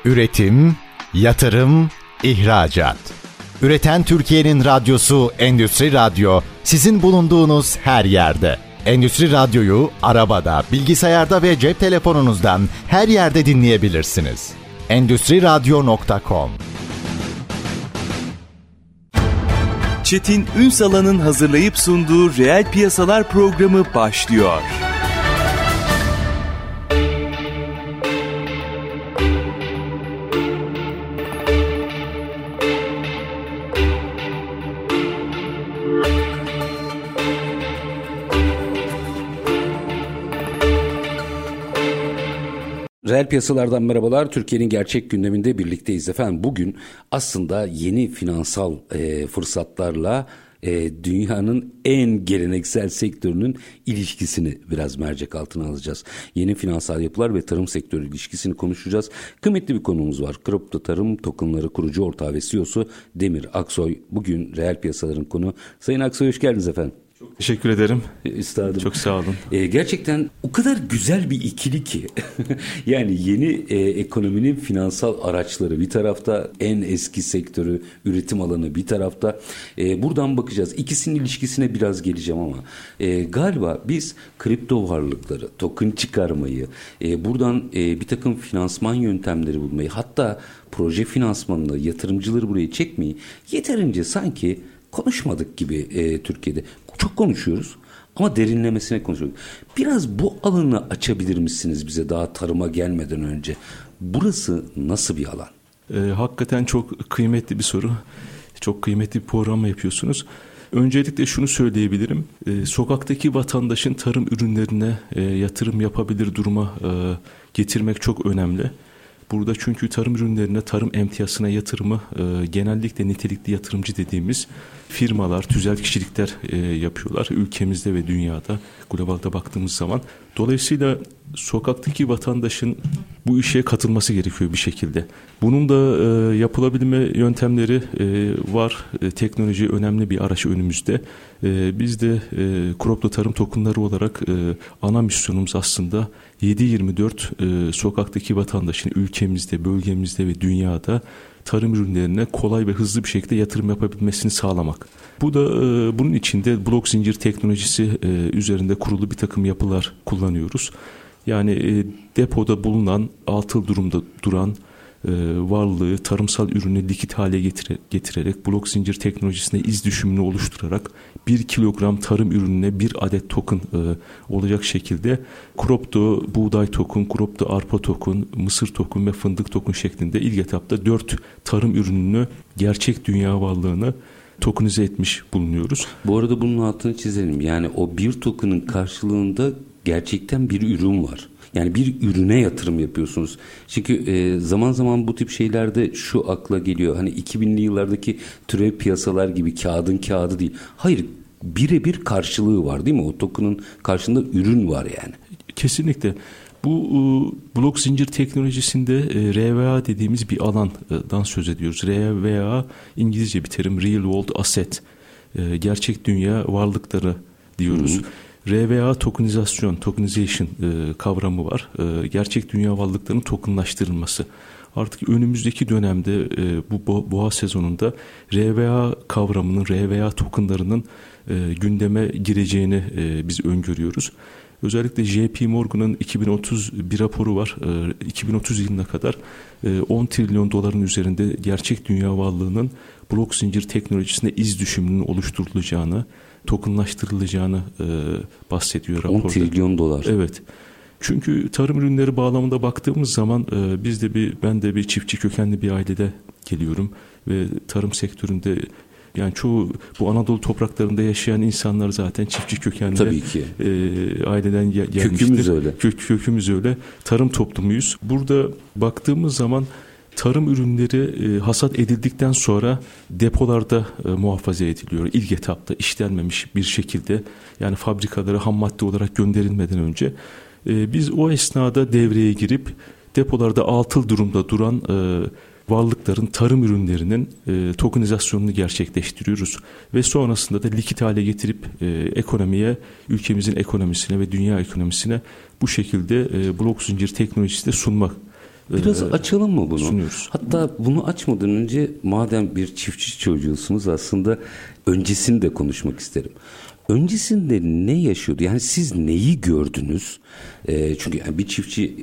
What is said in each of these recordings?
Üretim, yatırım, ihracat. Üreten Türkiye'nin radyosu Endüstri Radyo, sizin bulunduğunuz her yerde. Endüstri Radyo'yu arabada, bilgisayarda ve cep telefonunuzdan her yerde dinleyebilirsiniz. Endüstriradyo.com. Çetin Ünsal'ın hazırlayıp sunduğu Reel Piyasalar programı başlıyor. Reel piyasalardan merhabalar. Türkiye'nin gerçek gündeminde birlikteyiz efendim. Bugün aslında yeni finansal fırsatlarla dünyanın en geleneksel sektörünün ilişkisini biraz mercek altına alacağız. Yeni finansal yapılar ve tarım sektörü ilişkisini konuşacağız. Kıymetli bir konuğumuz var. Crypto Tarım Tokenları kurucu ortağı ve CEO'su Demir Aksoy. Bugün reel piyasaların konu. Sayın Aksoy, hoş geldiniz efendim. Çok teşekkür ederim. Üstadım. Çok sağ olun. Gerçekten o kadar güzel bir ikili ki. Yani yeni ekonominin finansal araçları bir tarafta, en eski sektörü, üretim alanı bir tarafta. Buradan bakacağız. İkisinin ilişkisine biraz geleceğim ama galiba biz kripto varlıkları, token çıkarmayı, buradan bir takım finansman yöntemleri bulmayı, hatta proje finansmanını, yatırımcıları buraya çekmeyi yeterince sanki konuşmadık gibi Türkiye'de. Çok konuşuyoruz ama derinlemesine konuşuyoruz. Biraz bu alanı açabilir misiniz bize, daha tarıma gelmeden önce? Burası nasıl bir alan? Hakikaten çok kıymetli bir soru. Çok kıymetli bir program yapıyorsunuz. Öncelikle şunu söyleyebilirim. Sokaktaki vatandaşın tarım ürünlerine yatırım yapabilir duruma getirmek çok önemli. Burada çünkü tarım ürünlerine, tarım emtiyasına yatırımı genellikle nitelikli yatırımcı dediğimiz firmalar, tüzel kişilikler yapıyorlar. Ülkemizde ve dünyada, globalde baktığımız zaman. Dolayısıyla sokaktaki vatandaşın bu işe katılması gerekiyor bir şekilde. Bunun da yapılabilme yöntemleri var. Teknoloji önemli bir araç önümüzde. Biz de Crypto Tarım Tokenları olarak ana misyonumuz aslında 7/24 sokaktaki vatandaşın ülkemizde, bölgemizde ve dünyada tarım ürünlerine kolay ve hızlı bir şekilde yatırım yapabilmesini sağlamak. Bu da bunun içinde blok zincir teknolojisi üzerinde kurulu bir takım yapılar kullanıyoruz. Yani depoda bulunan, atıl durumda duran varlığı tarımsal ürünü likit hale getirerek blok zincir teknolojisine iz düşümünü oluşturarak 1 kilogram tarım ürününe 1 adet token olacak şekilde Crypto buğday token, Crypto arpa token, mısır token ve fındık token şeklinde ilk etapta 4 tarım ürününü, gerçek dünya varlığını tokenize etmiş bulunuyoruz. Bu arada bunun altını çizelim. Yani o bir token'ın karşılığında gerçekten bir ürün var. Yani bir ürüne yatırım yapıyorsunuz. Çünkü zaman zaman bu tip şeylerde şu akla geliyor. Hani 2000'li yıllardaki türev piyasalar gibi kağıdın kağıdı değil. Hayır, birebir karşılığı var değil mi? O token'ın karşılığında ürün var yani. Kesinlikle. Bu blok zincir teknolojisinde RWA dediğimiz bir alandan söz ediyoruz. RWA İngilizce bir terim, Real World Asset. Gerçek dünya varlıkları diyoruz. RWA tokenization kavramı var. Gerçek dünya varlıklarının tokenlaştırılması. Artık önümüzdeki dönemde bu boğa sezonunda RWA kavramının, RWA tokenlarının gündeme gireceğini biz öngörüyoruz. Özellikle JP Morgan'ın 2030 bir raporu var. 2030 yılına kadar 10 trilyon doların üzerinde gerçek dünya varlığının blok zincir teknolojisine iz düşümünün oluşturulacağını, tokenlaştırılacağını bahsediyor raporda. 10 trilyon dolar. Evet. Çünkü tarım ürünleri bağlamında baktığımız zaman ben de bir çiftçi kökenli bir ailede geliyorum ve tarım sektöründe, yani çoğu bu Anadolu topraklarında yaşayan insanlar zaten çiftçi kökenli. Tabii ki. Aileden gelmiştir. Kökümüz öyle. Kökümüz öyle. Tarım toplumuyuz. Burada baktığımız zaman tarım ürünleri hasat edildikten sonra depolarda muhafaza ediliyor. İlk etapta işlenmemiş bir şekilde, yani fabrikalara ham madde olarak gönderilmeden önce biz o esnada devreye girip depolarda atıl durumda duran varlıkların, tarım ürünlerinin tokenizasyonunu gerçekleştiriyoruz. Ve sonrasında da likit hale getirip ekonomiye, ülkemizin ekonomisine ve dünya ekonomisine bu şekilde blok zincir teknolojisini sunmak Biraz açalım mı bunu? Sunuyoruz. Hatta bunu açmadan önce madem bir çiftçi çocuğusunuz aslında öncesini de konuşmak isterim. Öncesinde ne yaşıyordu? Yani siz neyi gördünüz? Çünkü yani bir çiftçi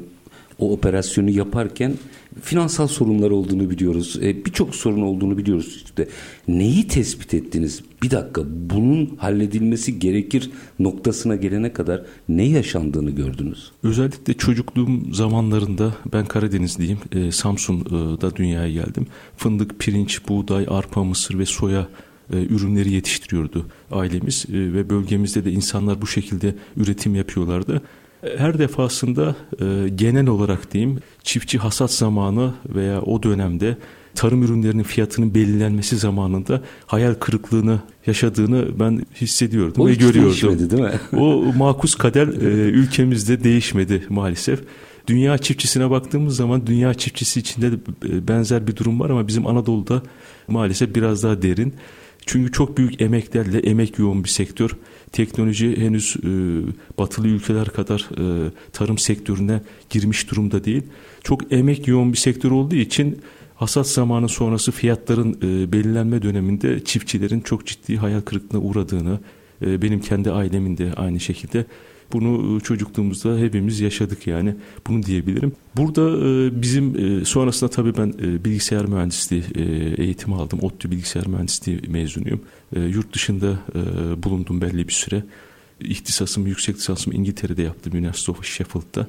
o operasyonu yaparken finansal sorunlar olduğunu biliyoruz. Birçok sorun olduğunu biliyoruz. İşte neyi tespit ettiniz? Bir dakika, bunun halledilmesi gerekir noktasına gelene kadar ne yaşandığını gördünüz? Özellikle çocukluğum zamanlarında ben Karadenizliyim. Samsun'da dünyaya geldim. Fındık, pirinç, buğday, arpa, mısır ve soya ürünleri yetiştiriyordu ailemiz ve bölgemizde de insanlar bu şekilde üretim yapıyorlardı. Her defasında genel olarak diyeyim çiftçi hasat zamanı veya o dönemde tarım ürünlerinin fiyatının belirlenmesi zamanında hayal kırıklığını yaşadığını ben hissediyordum ve görüyordum. Değişmedi değil mi? O makus kader ülkemizde değişmedi maalesef. Dünya çiftçisine baktığımız zaman dünya çiftçisi içinde de benzer bir durum var ama bizim Anadolu'da maalesef biraz daha derin. Çünkü çok büyük emeklerle emek yoğun bir sektör. Teknoloji henüz batılı ülkeler kadar tarım sektörüne girmiş durumda değil. Çok emek yoğun bir sektör olduğu için hasat zamanı sonrası fiyatların belirlenme döneminde çiftçilerin çok ciddi hayal kırıklığına uğradığını, benim kendi ailemin de aynı şekilde bunu çocukluğumuzda hepimiz yaşadık yani bunu diyebilirim. Burada bizim sonrasında tabii ben bilgisayar mühendisliği eğitimi aldım. ODTÜ bilgisayar mühendisliği mezunuyum. Yurt dışında bulundum belli bir süre. İhtisasımı, yüksek lisansımı İngiltere'de yaptım. University of Sheffield'da.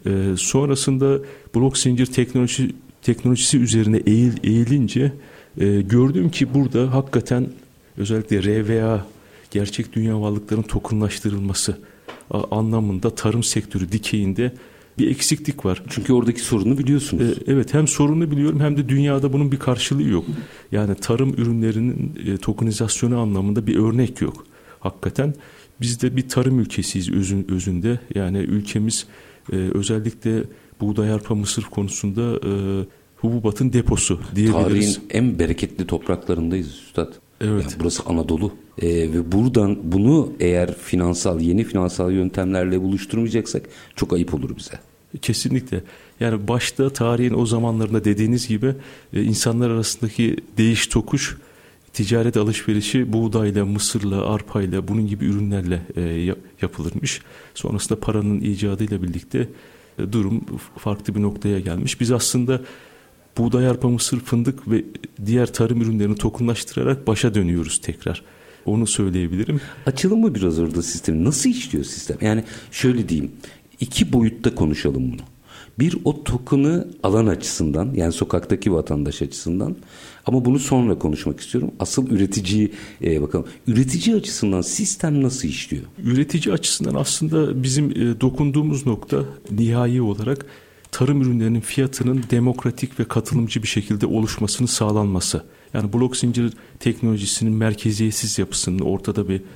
Sonrasında blok zincir teknolojisi üzerine eğilince gördüm ki burada hakikaten özellikle RWA, gerçek dünya varlıklarının tokenlaştırılması anlamında tarım sektörü dikeyinde bir eksiklik var. Çünkü oradaki sorunu biliyorsunuz. Evet, hem sorunu biliyorum hem de dünyada bunun bir karşılığı yok. Yani tarım ürünlerinin tokenizasyonu anlamında bir örnek yok. Hakikaten biz de bir tarım ülkesiyiz özünde. Yani ülkemiz özellikle buğday, arpa, mısır konusunda hububatın deposu diyebiliriz. Tarihin en bereketli topraklarındayız üstad. Evet. Yani burası Anadolu. Ve buradan bunu eğer yeni finansal yöntemlerle buluşturmayacaksak çok ayıp olur bize. Kesinlikle. Yani başta tarihin o zamanlarında dediğiniz gibi insanlar arasındaki değiş tokuş, ticaret alışverişi buğdayla, mısırla, arpayla bunun gibi ürünlerle yapılırmış. Sonrasında paranın icadıyla birlikte durum farklı bir noktaya gelmiş. Biz aslında buğday, arpa, mısır, fındık ve diğer tarım ürünlerini tokenlaştırarak başa dönüyoruz tekrar. Onu söyleyebilirim. Açalım mı biraz orada sistemi? Nasıl işliyor sistem? Yani şöyle diyeyim. 2 boyutta konuşalım bunu. Bir, o token'ı alan açısından, yani sokaktaki vatandaş açısından, ama bunu sonra konuşmak istiyorum. Asıl üreticiyi bakalım. Üretici açısından sistem nasıl işliyor? Üretici açısından aslında bizim dokunduğumuz nokta nihai olarak tarım ürünlerinin fiyatının demokratik ve katılımcı bir şekilde oluşmasının sağlanması. Yani blok zincir teknolojisinin merkeziyetsiz yapısının ortada bir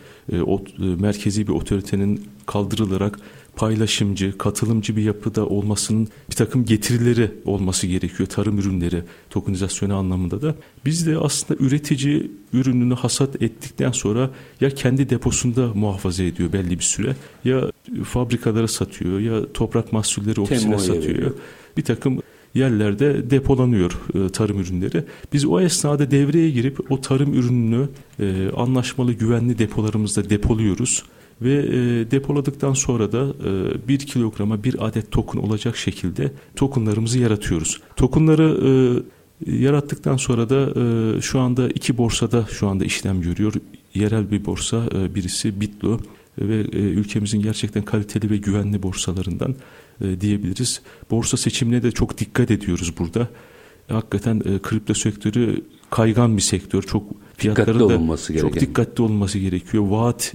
merkezi bir otoritenin kaldırılarak paylaşımcı, katılımcı bir yapıda olmasının bir takım getirileri olması gerekiyor. Tarım ürünleri tokenizasyonu anlamında da. Biz de aslında üretici ürününü hasat ettikten sonra ya kendi deposunda muhafaza ediyor belli bir süre, ya fabrikalara satıyor, ya toprak mahsulleri ofisine satıyor. Bir takım yerlerde depolanıyor tarım ürünleri. Biz o esnada devreye girip o tarım ürününü anlaşmalı güvenli depolarımızda depoluyoruz. Ve depoladıktan sonra da 1 kilograma 1 adet token olacak şekilde tokenlarımızı yaratıyoruz. Tokenları yarattıktan sonra da şu anda 2 borsada şu anda işlem görüyor. Yerel bir borsa, birisi Bitlo ve ülkemizin gerçekten kaliteli ve güvenli borsalarından diyebiliriz. Borsa seçimine de çok dikkat ediyoruz burada. Hakikaten kripto sektörü kaygan bir sektör. Çok fiyatları da çok dikkatli olması gerekiyor. Vaat,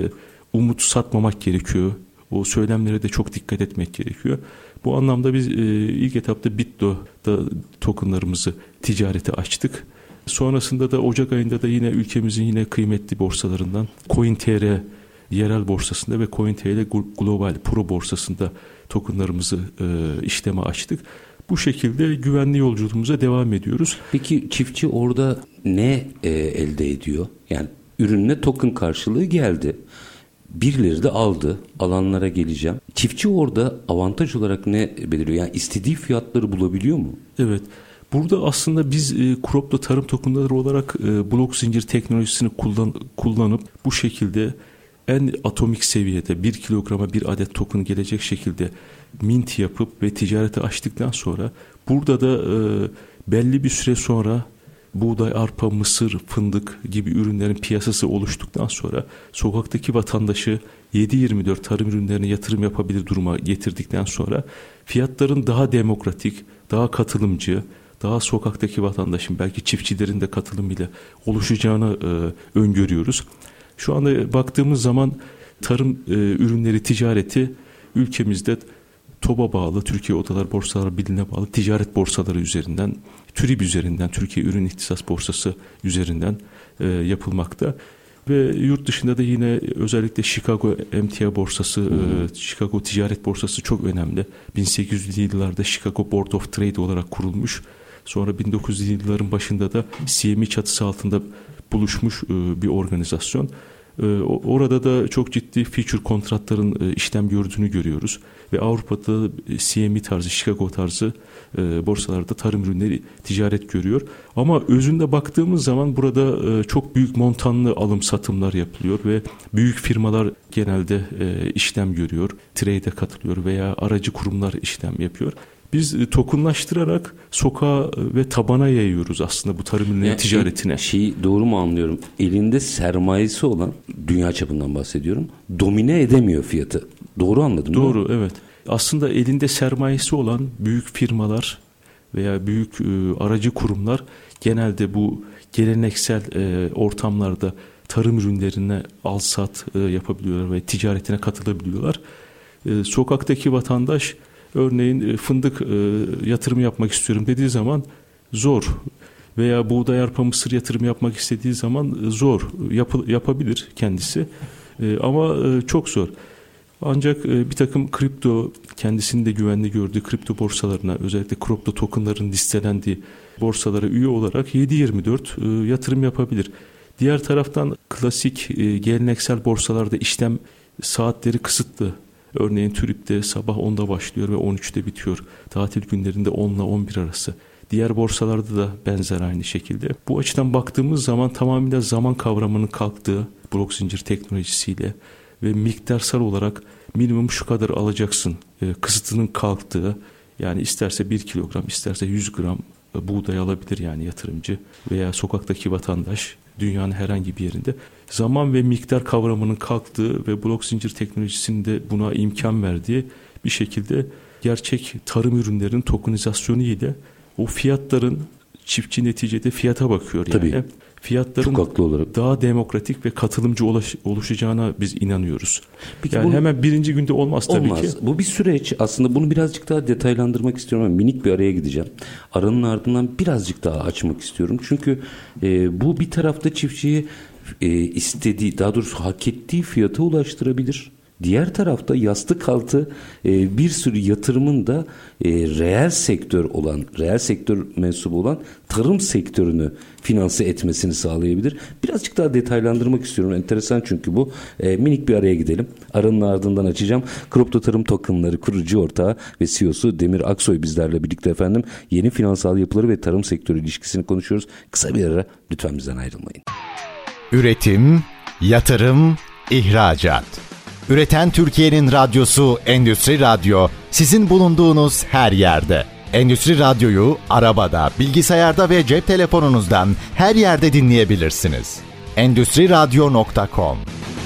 umut satmamak gerekiyor. O söylemlere de çok dikkat etmek gerekiyor. Bu anlamda biz ilk etapta Bitlo'da tokenlarımızı ticarete açtık. Sonrasında da Ocak ayında da yine ülkemizin yine kıymetli borsalarından CoinTR yerel borsasında ve CoinTR Global Pro borsasında tokenlarımızı işleme açtık. Bu şekilde güvenli yolculuğumuza devam ediyoruz. Peki çiftçi orada ne elde ediyor? Yani ürününe token karşılığı geldi. birileri de aldı. Alanlara geleceğim. Çiftçi orada avantaj olarak ne belirliyor? Yani istediği fiyatları bulabiliyor mu? Evet. Burada aslında biz Crop'ta tarım tokenları olarak blok zincir teknolojisini kullanıp bu şekilde en atomik seviyede 1 kilograma 1 adet token gelecek şekilde mint yapıp ve ticarete açtıktan sonra burada da belli bir süre sonra buğday, arpa, mısır, fındık gibi ürünlerin piyasası oluştuktan sonra sokaktaki vatandaşı 7/24 tarım ürünlerine yatırım yapabilir duruma getirdikten sonra fiyatların daha demokratik, daha katılımcı, daha sokaktaki vatandaşın belki çiftçilerin de katılımıyla oluşacağını öngörüyoruz. Şu anda baktığımız zaman tarım ürünleri ticareti ülkemizde TOB'a bağlı, Türkiye Odalar Borsaları Birliği'ne bağlı ticaret borsaları üzerinden, TÜRİB üzerinden, Türkiye Ürün İhtisas Borsası üzerinden yapılmakta. Ve yurt dışında da yine özellikle Chicago Emtia Borsası, Chicago Ticaret Borsası çok önemli. 1800'lü yıllarda Chicago Board of Trade olarak kurulmuş. Sonra 1900'lü yılların başında da CME çatısı altında buluşmuş bir organizasyon. Orada da çok ciddi future kontratların işlem gördüğünü görüyoruz. Ve Avrupa'da CME tarzı, Chicago tarzı borsalarda tarım ürünleri ticaret görüyor. Ama özünde baktığımız zaman burada çok büyük montanlı alım satımlar yapılıyor ve büyük firmalar genelde işlem görüyor, trade'e katılıyor veya aracı kurumlar işlem yapıyor. Biz tokenlaştırarak sokağa ve tabana yayıyoruz aslında bu tarım ürünleri ticaretine. Doğru mu anlıyorum? Elinde sermayesi olan, dünya çapından bahsediyorum, domine edemiyor fiyatı. Doğru anladım değil mi? Doğru, evet. Aslında elinde sermayesi olan büyük firmalar veya büyük aracı kurumlar genelde bu geleneksel ortamlarda tarım ürünlerine al-sat yapabiliyorlar ve ticaretine katılabiliyorlar. Sokaktaki vatandaş örneğin fındık yatırım yapmak istiyorum dediği zaman zor. Veya buğday, arpa, mısır yatırım yapmak istediği zaman zor. Yapabilir kendisi. Ama çok zor. Ancak bir takım kripto, kendisini de güvenli gördüğü kripto borsalarına, özellikle kripto tokenların listelendiği borsalara üye olarak 7/24 yatırım yapabilir. Diğer taraftan klasik geleneksel borsalarda işlem saatleri kısıtlı. Örneğin TÜRİB'de sabah 10'da başlıyor ve 13'te bitiyor. Tatil günlerinde 10 ile 11 arası. Diğer borsalarda da benzer aynı şekilde. Bu açıdan baktığımız zaman tamamıyla zaman kavramının kalktığı blok zincir teknolojisiyle ve miktarsal olarak minimum şu kadar alacaksın kısıtının kalktığı, yani isterse 1 kilogram isterse 100 gram buğday alabilir yani yatırımcı veya sokaktaki vatandaş dünyanın herhangi bir yerinde. Zaman ve miktar kavramının kalktığı ve blok zincir teknolojisinin de buna imkan verdiği bir şekilde gerçek tarım ürünlerinin tokenizasyonu ile o fiyatların, çiftçi neticede fiyata bakıyor. Tabii. Yani fiyatların daha demokratik ve katılımcı oluşacağına biz inanıyoruz. Peki yani hemen birinci günde olmaz tabii ki. Bu bir süreç. Aslında bunu birazcık daha detaylandırmak istiyorum. Ama minik bir araya gideceğim. Aranın ardından birazcık daha açmak istiyorum. Çünkü bu bir tarafta çiftçiyi istediği, daha doğrusu hak ettiği fiyata ulaştırabilir. Diğer tarafta yastık altı bir sürü yatırımın da reel sektör mensubu olan tarım sektörünü finanse etmesini sağlayabilir. Birazcık daha detaylandırmak istiyorum. Enteresan çünkü bu. Minik bir araya gidelim. Aranın ardından açacağım. Crop'ta Tarım Tokenları kurucu ortağı ve CEO'su Demir Aksoy bizlerle birlikte efendim. Yeni finansal yapıları ve tarım sektörü ilişkisini konuşuyoruz. Kısa bir ara, lütfen bizden ayrılmayın. Üretim, yatırım, ihracat. Üreten Türkiye'nin radyosu Endüstri Radyo, sizin bulunduğunuz her yerde. Endüstri Radyo'yu arabada, bilgisayarda ve cep telefonunuzdan her yerde dinleyebilirsiniz. Endüstriradyo.com.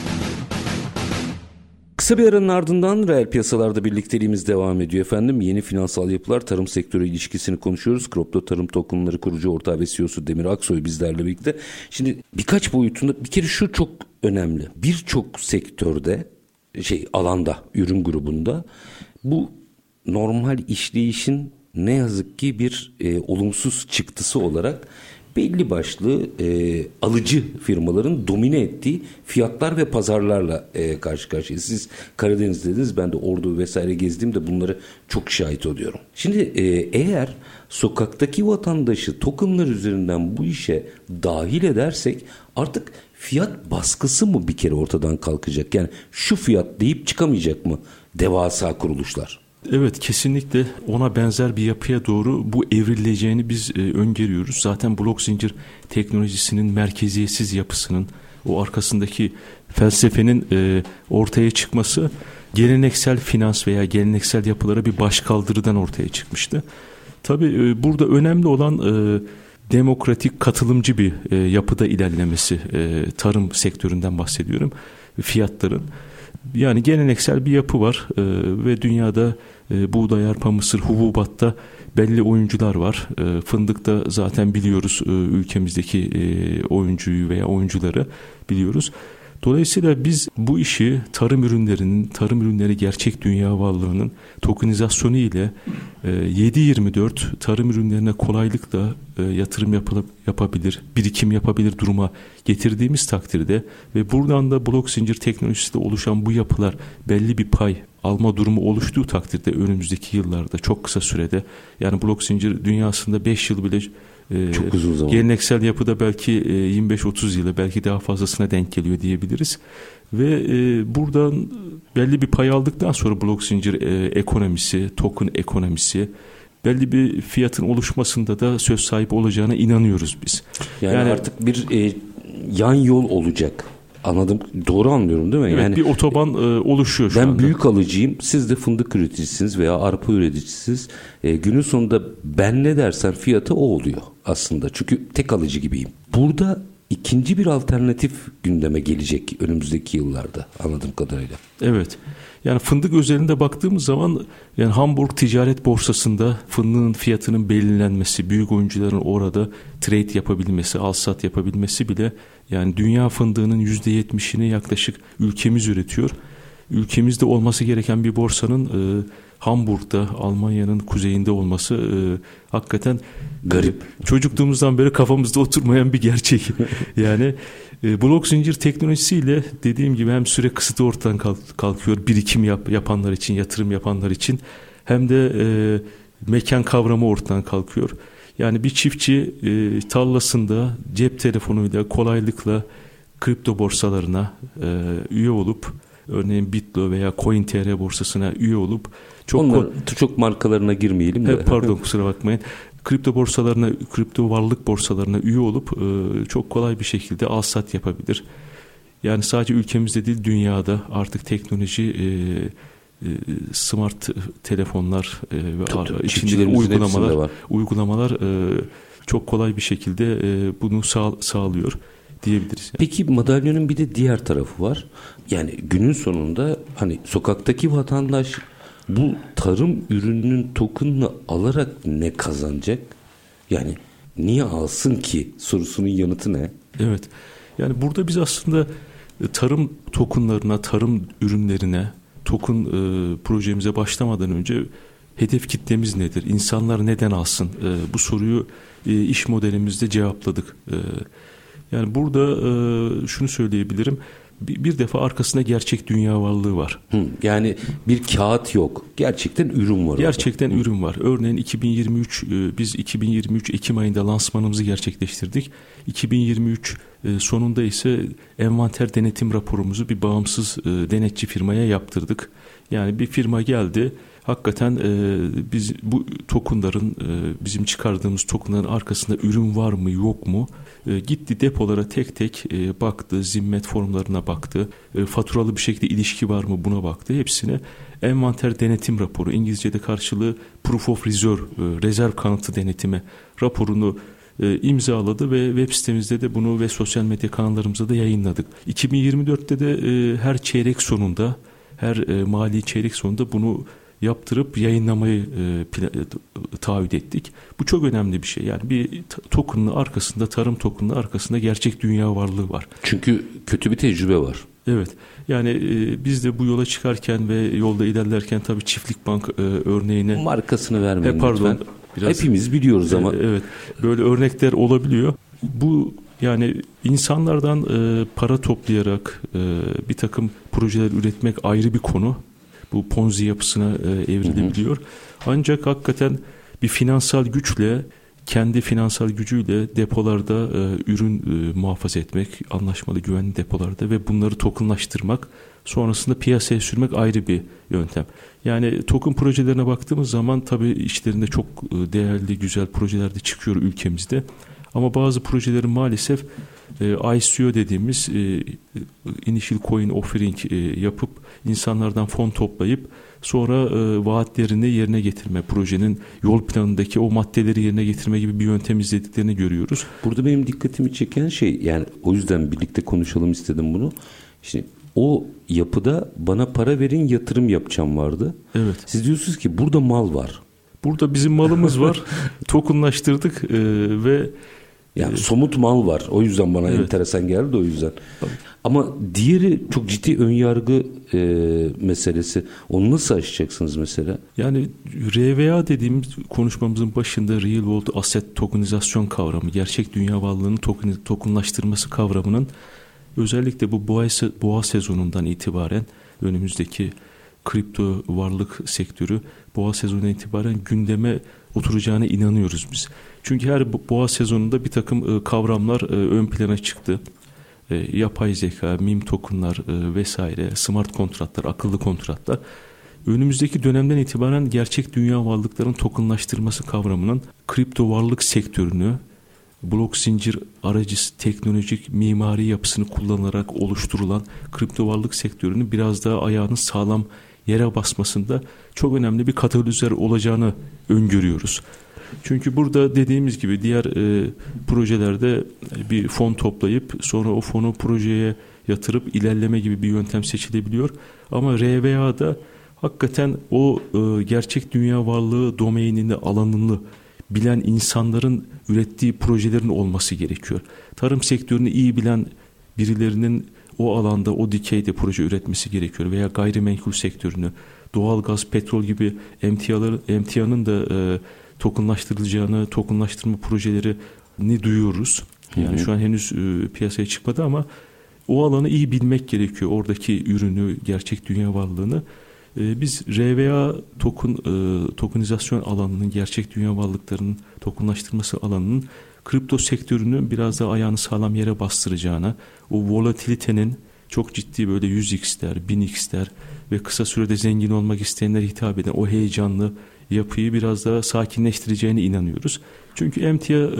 Kısa bir aranın ardından reel piyasalarda birlikteliğimiz devam ediyor efendim. Yeni finansal yapılar, tarım sektörü ilişkisini konuşuyoruz. Crop'ta Tarım Tokenları kurucu ortağı ve CEO'su Demir Aksoy bizlerle birlikte. Şimdi birkaç boyutunda bir kere şu çok önemli. Birçok sektörde alanda, ürün grubunda bu normal işleyişin ne yazık ki bir olumsuz çıktısı olarak belli başlı alıcı firmaların domine ettiği fiyatlar ve pazarlarla karşı karşıyayız. Siz Karadeniz'deydiniz, ben de Ordu vesaire gezdiğimde bunları çok şahit oluyorum. Şimdi eğer sokaktaki vatandaşı tokenlar üzerinden bu işe dahil edersek artık fiyat baskısı mı bir kere ortadan kalkacak? Yani şu fiyat deyip çıkamayacak mı devasa kuruluşlar? Evet, kesinlikle ona benzer bir yapıya doğru bu evrileceğini biz öngörüyoruz. Zaten blok zincir teknolojisinin merkeziyetsiz yapısının, o arkasındaki felsefenin ortaya çıkması geleneksel finans veya geleneksel yapılara bir başkaldırıdan ortaya çıkmıştı. Tabii burada önemli olan demokratik, katılımcı bir yapıda ilerlemesi, tarım sektöründen bahsediyorum, fiyatların. Yani geleneksel bir yapı var ve dünyada buğday, arpa, mısır, hububatta belli oyuncular var. Fındıkta zaten biliyoruz, ülkemizdeki oyuncuyu veya oyuncuları biliyoruz. Dolayısıyla biz bu işi tarım ürünleri gerçek dünya varlığının tokenizasyonu ile 7/24 tarım ürünlerine kolaylıkla yatırım yapabilir, birikim yapabilir duruma getirdiğimiz takdirde ve buradan da blok zincir teknolojisiyle oluşan bu yapılar belli bir pay alma durumu oluştuğu takdirde önümüzdeki yıllarda, çok kısa sürede, yani blok zincir dünyasında 5 yıl bile çok uzun zaman. Geleneksel yapıda belki 25-30 yıla, belki daha fazlasına denk geliyor diyebiliriz. Ve buradan belli bir pay aldıktan sonra blok zincir ekonomisi, token ekonomisi, belli bir fiyatın oluşmasında da söz sahibi olacağına inanıyoruz biz. Yani artık bir yan yol olacak. Anladım. Doğru anlıyorum değil mi? Evet, yani bir otoban oluşuyor şu anda. Ben büyük alıcıyım. Siz de fındık üreticisiniz veya arpa üreticisiniz. Günün sonunda ben ne dersem fiyatı o oluyor aslında. Çünkü tek alıcı gibiyim. Burada ikinci bir alternatif gündeme gelecek önümüzdeki yıllarda anladığım kadarıyla. Evet. Yani fındık özelinde baktığımız zaman, yani Hamburg Ticaret Borsası'nda fındığın fiyatının belirlenmesi, büyük oyuncuların orada trade yapabilmesi, al-sat yapabilmesi bile, yani dünya fındığının %70'ini yaklaşık ülkemiz üretiyor. Ülkemizde olması gereken bir borsanın Hamburg'da, Almanya'nın kuzeyinde olması hakikaten garip. Çocukluğumuzdan beri kafamızda oturmayan bir gerçek. Yani blok zincir teknolojisiyle dediğim gibi hem süre kısıtı ortadan kalkıyor, birikim yapanlar için, yatırım yapanlar için, hem de mekan kavramı ortadan kalkıyor. Yani bir çiftçi tarlasında cep telefonuyla kolaylıkla kripto borsalarına üye olup, örneğin Bitlo veya CoinTR borsasına üye olup, çok markalarına girmeyelim de. Pardon, kusura bakmayın. Kripto borsalarına, kripto varlık borsalarına üye olup çok kolay bir şekilde al-sat yapabilir. Yani sadece ülkemizde değil, dünyada artık teknoloji, smart telefonlar ve içindeki uygulamalar çok kolay bir şekilde bunu sağlıyor diyebiliriz. Peki madalyonun bir de diğer tarafı var. Yani günün sonunda hani sokaktaki vatandaş bu tarım ürününün token'ını alarak ne kazanacak? Yani niye alsın ki sorusunun yanıtı ne? Evet. Yani burada biz aslında tarım token'larına, tarım ürünlerine, token projemize başlamadan önce hedef kitlemiz nedir? İnsanlar neden alsın? Bu soruyu iş modelimizde cevapladık. Yani burada şunu söyleyebilirim. Bir defa arkasında gerçek dünya varlığı var. Yani bir kağıt yok. Gerçekten ürün var. Gerçekten ürün var. Örneğin biz 2023 Ekim ayında lansmanımızı gerçekleştirdik. 2023 sonunda ise envanter denetim raporumuzu bir bağımsız denetçi firmaya yaptırdık. Yani bir firma geldi. Hakikaten biz bu tokenların, bizim çıkardığımız tokenların arkasında ürün var mı yok mu? Gitti depolara tek tek baktı, zimmet formlarına baktı, faturalı bir şekilde ilişki var mı buna baktı. Hepsine envanter denetim raporu, İngilizce'de karşılığı proof of reserve, rezerv kanıtı denetimi raporunu imzaladı ve web sitemizde de bunu ve sosyal medya kanallarımızda da yayınladık. 2024'te de her çeyrek sonunda, her mali çeyrek sonunda bunu yaptırıp yayınlamayı taahhüt ettik. Bu çok önemli bir şey. Yani bir token'ın arkasında, tarım token'ın arkasında gerçek dünya varlığı var. Çünkü kötü bir tecrübe var. Evet. Yani biz de bu yola çıkarken ve yolda ilerlerken tabii Çiftlik Bank örneğine... Markasını vermeyin pardon, lütfen. Hepimiz biliyoruz ama. Evet. Böyle örnekler olabiliyor. Bu yani insanlardan para toplayarak bir takım projeler üretmek ayrı bir konu. Bu Ponzi yapısına evrilebiliyor. Ancak hakikaten bir finansal güçle, kendi finansal gücüyle depolarda ürün muhafaza etmek, anlaşmalı güvenli depolarda ve bunları tokenlaştırmak, sonrasında piyasaya sürmek ayrı bir yöntem. Yani token projelerine baktığımız zaman tabii içlerinde çok değerli, güzel projeler de çıkıyor ülkemizde. Ama bazı projelerin maalesef ICO dediğimiz Initial Coin Offering yapıp insanlardan fon toplayıp sonra vaatlerini yerine getirme, projenin yol planındaki o maddeleri yerine getirme gibi bir yöntem izlediklerini görüyoruz. Burada benim dikkatimi çeken şey, yani o yüzden birlikte konuşalım istedim bunu. Şimdi o yapıda bana para verin, yatırım yapacağım vardı. Evet. Siz diyorsunuz ki burada mal var. Burada bizim malımız var. Tokenlaştırdık ve yani somut mal var. O yüzden bana enteresan geldi, o yüzden. Tabii. Ama diğeri çok ciddi önyargı meselesi. Onu nasıl aşacaksınız mesela? Yani RWA dediğimiz konuşmamızın başında Real World Asset Tokenizasyon kavramı, gerçek dünya varlığının tokenlaştırması kavramının özellikle bu boğa sezonundan itibaren önümüzdeki kripto varlık sektörü boğa sezonundan itibaren gündeme oturacağına inanıyoruz biz. Çünkü her boğa sezonunda bir takım kavramlar ön plana çıktı. Yapay zeka, meme tokenlar vesaire, smart kontratlar, akıllı kontratlar. Önümüzdeki dönemden itibaren gerçek dünya varlıkların tokenlaştırması kavramının kripto varlık sektörünü, blok zincir aracı teknolojik mimari yapısını kullanarak oluşturulan kripto varlık sektörünün biraz daha ayağının sağlam yere basmasında çok önemli bir katalizör olacağını öngörüyoruz. Çünkü burada dediğimiz gibi diğer projelerde bir fon toplayıp sonra o fonu projeye yatırıp ilerleme gibi bir yöntem seçilebiliyor. Ama RWA'da hakikaten o gerçek dünya varlığı domainini, alanını bilen insanların ürettiği projelerin olması gerekiyor. Tarım sektörünü iyi bilen birilerinin o alanda, o dikeyde proje üretmesi gerekiyor. Veya gayrimenkul sektörünü, doğalgaz, petrol gibi emtianın da tokenlaştırılacağını, tokenlaştırma projelerini duyuyoruz. Yani şu an henüz piyasaya çıkmadı ama o alanı iyi bilmek gerekiyor. Oradaki ürünü, gerçek dünya varlığını. Biz RWA tokenizasyon alanının, gerçek dünya varlıklarının tokenlaştırması alanının kripto sektörünü biraz daha ayağını sağlam yere bastıracağına, o volatilitenin çok ciddi böyle 100x'ler, 1000x'ler ve kısa sürede zengin olmak isteyenlere hitap eden o heyecanlı yapıyı biraz daha sakinleştireceğine inanıyoruz. Çünkü emtia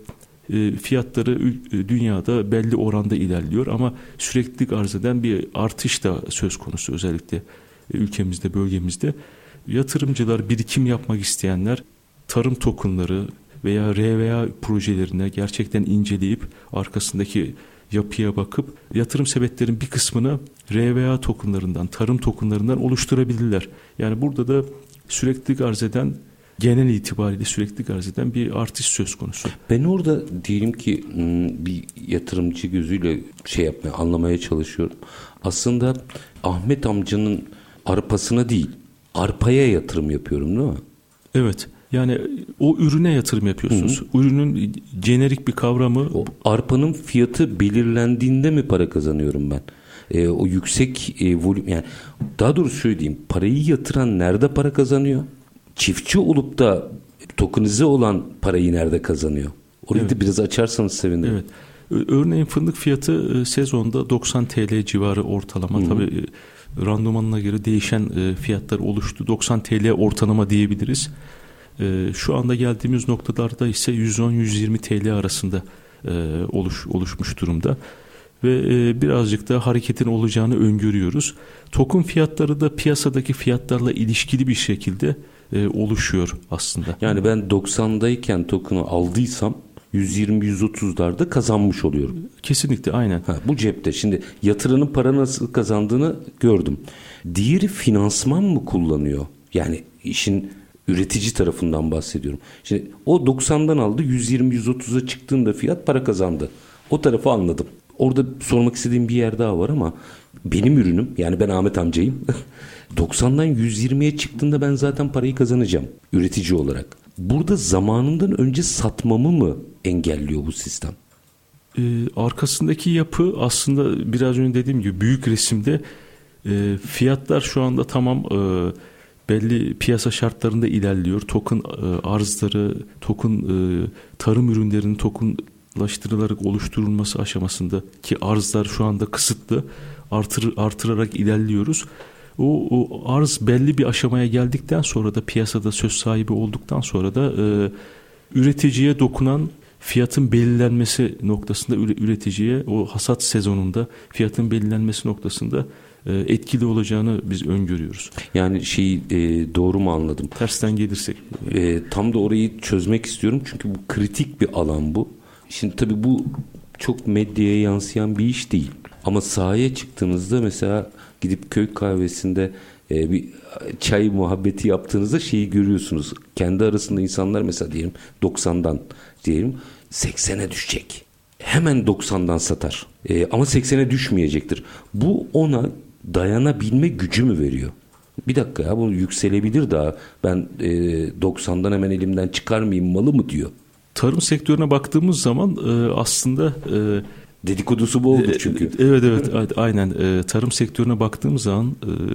fiyatları dünyada belli oranda ilerliyor ama süreklilik arz eden bir artış da söz konusu, özellikle ülkemizde, bölgemizde. Yatırımcılar, birikim yapmak isteyenler tarım tokenları veya RWA projelerine gerçekten inceleyip arkasındaki yapıya bakıp yatırım sepetlerin bir kısmını RWA tokenlarından, tarım tokenlarından oluşturabilirler. Yani burada da süreklilik arz eden, genel itibariyle süreklilik arz eden bir artış söz konusu. Ben orada diyelim ki bir yatırımcı gözüyle anlamaya çalışıyorum. Aslında Ahmet amcanın arpasına değil, arpaya yatırım yapıyorum, değil mi? Evet. Yani o ürüne yatırım yapıyorsunuz. Ürünün jenerik bir kavramı. O arpanın fiyatı belirlendiğinde mi para kazanıyorum ben? O yüksek volüm, yani daha doğrusu şöyle diyeyim, parayı yatıran nerede para kazanıyor? Çiftçi olup da tokenize olan parayı nerede kazanıyor? Orayı da biraz açarsanız sevinirim. Evet. Örneğin fındık fiyatı sezonda 90 TL civarı ortalama. Tabii randımanına göre değişen fiyatlar oluştu. 90 TL ortalama diyebiliriz. Şu anda geldiğimiz noktalarda ise 110-120 TL arasında oluşmuş durumda. Ve birazcık da hareketin olacağını öngörüyoruz. Token fiyatları da piyasadaki fiyatlarla ilişkili bir şekilde oluşuyor aslında. Yani ben 90'dayken token'ı aldıysam 120-130'larda kazanmış oluyorum. Kesinlikle, aynen. Bu cepte. Şimdi yatıranın para nasıl kazandığını gördüm. Diğeri finansman mı kullanıyor? Yani işin üretici tarafından bahsediyorum. Şimdi o 90'dan aldı, 120-130'a çıktığında fiyat para kazandı. O tarafı anladım. Orada sormak istediğim bir yer daha var ama benim ürünüm, yani ben Ahmet amcayım. 90'dan 120'ye çıktığında ben zaten parayı kazanacağım üretici olarak. Burada zamanından önce satmamı mı engelliyor bu sistem? Arkasındaki yapı aslında biraz önce dediğim gibi büyük resimde fiyatlar şu anda tamam belli piyasa şartlarında ilerliyor. Token arzları, token tarım ürünlerinin tokenlaştırılarak oluşturulması aşamasındaki arzlar şu anda kısıtlı. Artırarak ilerliyoruz. O arz belli bir aşamaya geldikten sonra da piyasada söz sahibi olduktan sonra da üreticiye dokunan fiyatın belirlenmesi noktasında üreticiye o hasat sezonunda fiyatın belirlenmesi noktasında etkili olacağını biz öngörüyoruz. Yani doğru mu anladım? Tersten gelirsek. Tam da orayı çözmek istiyorum çünkü bu kritik bir alan bu. Şimdi tabii bu çok medyaya yansıyan bir iş değil. Ama sahaya çıktığınızda mesela gidip köy kahvesinde bir çay muhabbeti yaptığınızda şeyi görüyorsunuz. Kendi arasında insanlar mesela diyelim 90'dan diyelim 80'e düşecek. Hemen 90'dan satar. Ama 80'e düşmeyecektir. Bu ona dayanabilme gücü mü veriyor? Bir dakika ya bu yükselebilir daha. Ben 90'dan hemen elimden çıkarmayayım malı mı diyor. Tarım sektörüne baktığımız zaman aslında dedikodusu bu oldu çünkü. Evet aynen. Tarım sektörüne baktığımız zaman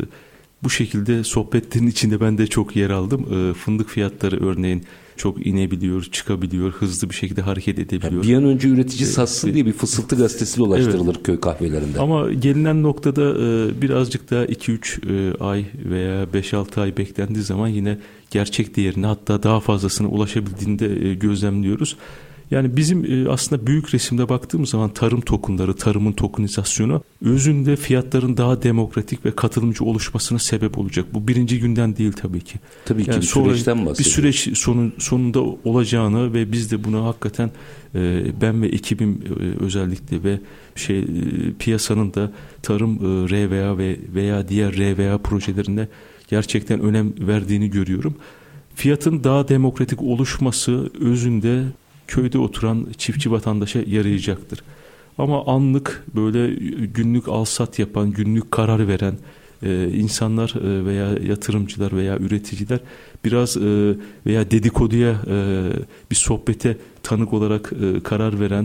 bu şekilde sohbetlerin içinde ben de çok yer aldım. Fındık fiyatları örneğin çok inebiliyor, çıkabiliyor, hızlı bir şekilde hareket edebiliyor. Yani bir an önce üretici satsın diye bir fısıltı gazetesi dolaştırılır köy kahvelerinde. Ama gelinen noktada birazcık daha 2-3 ay veya 5-6 ay beklendiği zaman yine gerçek değerine hatta daha fazlasına ulaşabildiğini de gözlemliyoruz. Yani bizim aslında büyük resimde baktığımız zaman tarım tokenları, tarımın tokenizasyonu özünde fiyatların daha demokratik ve katılımcı oluşmasına sebep olacak. Bu birinci günden değil tabii ki. Tabii ki yani bir süreçten bahsediyoruz. Bir süreç sonunda olacağını ve biz de buna hakikaten ben ve ekibim özellikle ve piyasanın da tarım RVA veya diğer RVA projelerine gerçekten önem verdiğini görüyorum. Fiyatın daha demokratik oluşması özünde köyde oturan çiftçi vatandaşa yarayacaktır. Ama anlık böyle günlük alsat yapan, günlük karar veren insanlar veya yatırımcılar veya üreticiler biraz veya dedikoduya bir sohbete tanık olarak karar veren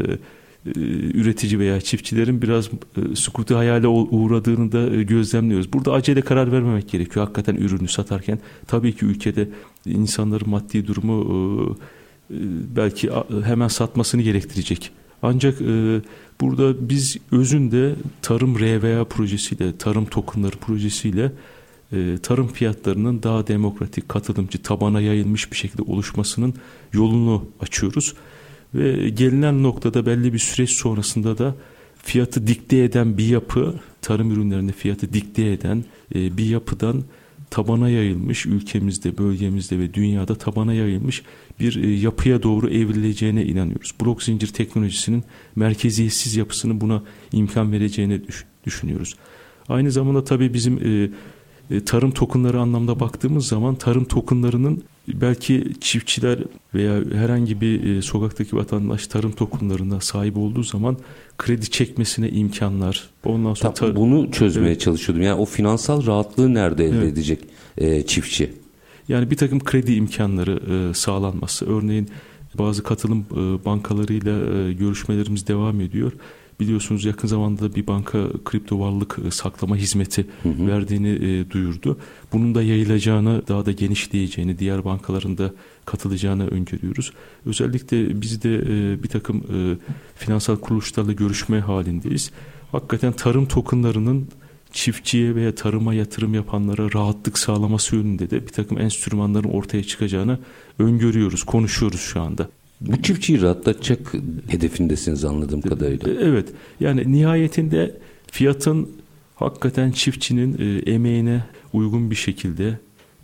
üretici veya çiftçilerin biraz sükutu hayale uğradığını da gözlemliyoruz. Burada acele karar vermemek gerekiyor. Hakikaten ürünü satarken tabii ki ülkede insanların maddi durumu belki hemen satmasını gerektirecek. Ancak burada biz özünde tarım RVA projesiyle, tarım tokenları projesiyle tarım fiyatlarının daha demokratik, katılımcı, tabana yayılmış bir şekilde oluşmasının yolunu açıyoruz. Ve gelinen noktada belli bir süreç sonrasında da fiyatı dikte eden bir yapı, tarım ürünlerinde fiyatı dikte eden bir yapıdan tabana yayılmış, ülkemizde, bölgemizde ve dünyada tabana yayılmış bir yapıya doğru evrileceğine inanıyoruz. Blok zincir teknolojisinin merkeziyetsiz yapısının buna imkan vereceğini düşünüyoruz. Aynı zamanda tabii bizim tarım tokenları anlamda baktığımız zaman tarım tokenlarının belki çiftçiler veya herhangi bir sokaktaki vatandaş tarım tokenlarına sahip olduğu zaman kredi çekmesine imkanlar. Ondan sonra bunu çözmeye çalışıyordum. Yani o finansal rahatlığı nerede elde edecek çiftçi? Yani bir takım kredi imkanları sağlanması. Örneğin bazı katılım bankalarıyla görüşmelerimiz devam ediyor. Biliyorsunuz yakın zamanda bir banka kripto varlık saklama hizmeti verdiğini duyurdu. Bunun da yayılacağını, daha da genişleyeceğini, diğer bankaların da katılacağını öngörüyoruz. Özellikle biz de bir takım finansal kuruluşlarla görüşme halindeyiz. Hakikaten tarım tokenlarının çiftçiye veya tarıma yatırım yapanlara rahatlık sağlaması yönünde de bir takım enstrümanların ortaya çıkacağını öngörüyoruz, konuşuyoruz şu anda. Bu çiftçiyi rahatlatacak hedefindesiniz anladığım kadarıyla. Evet. Yani nihayetinde fiyatın hakikaten çiftçinin emeğine uygun bir şekilde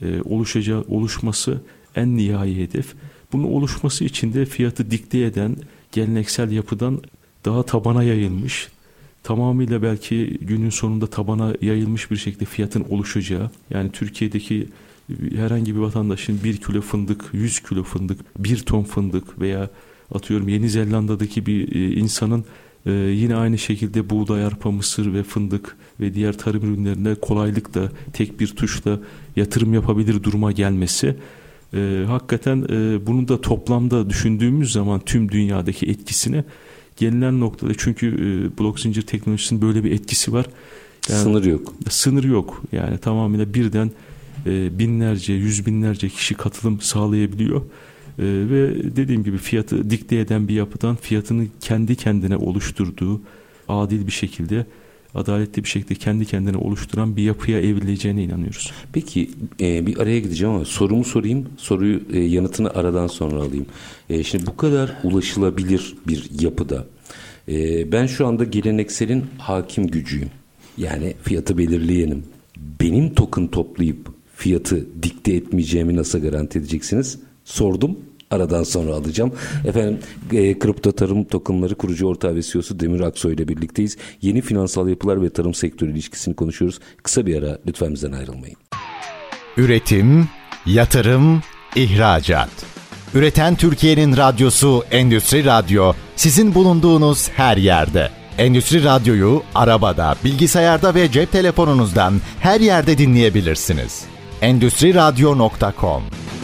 oluşması en nihai hedef. Bunun oluşması için de fiyatı dikte eden geleneksel yapıdan daha tabana yayılmış, tamamıyla belki günün sonunda tabana yayılmış bir şekilde fiyatın oluşacağı, yani Türkiye'deki herhangi bir vatandaşın 1 kilo fındık, 100 kilo fındık, 1 ton fındık veya atıyorum Yeni Zelanda'daki bir insanın yine aynı şekilde buğday, arpa, mısır ve fındık ve diğer tarım ürünlerine kolaylıkla tek bir tuşla yatırım yapabilir duruma gelmesi, hakikaten bunu da toplamda düşündüğümüz zaman tüm dünyadaki etkisini gelinen noktada, çünkü blok zincir teknolojisinin böyle bir etkisi var. Yani, sınır yok. Sınır yok. Yani tamamıyla birden binlerce, yüz binlerce kişi katılım sağlayabiliyor. Ve dediğim gibi fiyatı dikte eden bir yapıdan fiyatını kendi kendine oluşturduğu, adil bir şekilde, adaletli bir şekilde kendi kendine oluşturan bir yapıya evrileceğine inanıyoruz. Peki bir araya gideceğim ama sorumu sorayım. Soruyu yanıtını aradan sonra alayım. Şimdi bu kadar ulaşılabilir bir yapıda ben şu anda gelenekselin hakim gücüyüm. Yani fiyatı belirleyenim. Benim token toplayıp fiyatı dikte etmeyeceğimi nasıl garanti edeceksiniz? Sordum. Aradan sonra alacağım. Efendim Kripto Tarım Tokenları kurucu ortağı ve CEO'su Demir Aksoy ile birlikteyiz. Yeni finansal yapılar ve tarım sektörü ilişkisini konuşuyoruz. Kısa bir ara, lütfen bizden ayrılmayın. Üretim, yatırım, ihracat. Üreten Türkiye'nin radyosu Endüstri Radyo, sizin bulunduğunuz her yerde. Endüstri Radyo'yu arabada, bilgisayarda ve cep telefonunuzdan her yerde dinleyebilirsiniz. Endüstriradyo.com.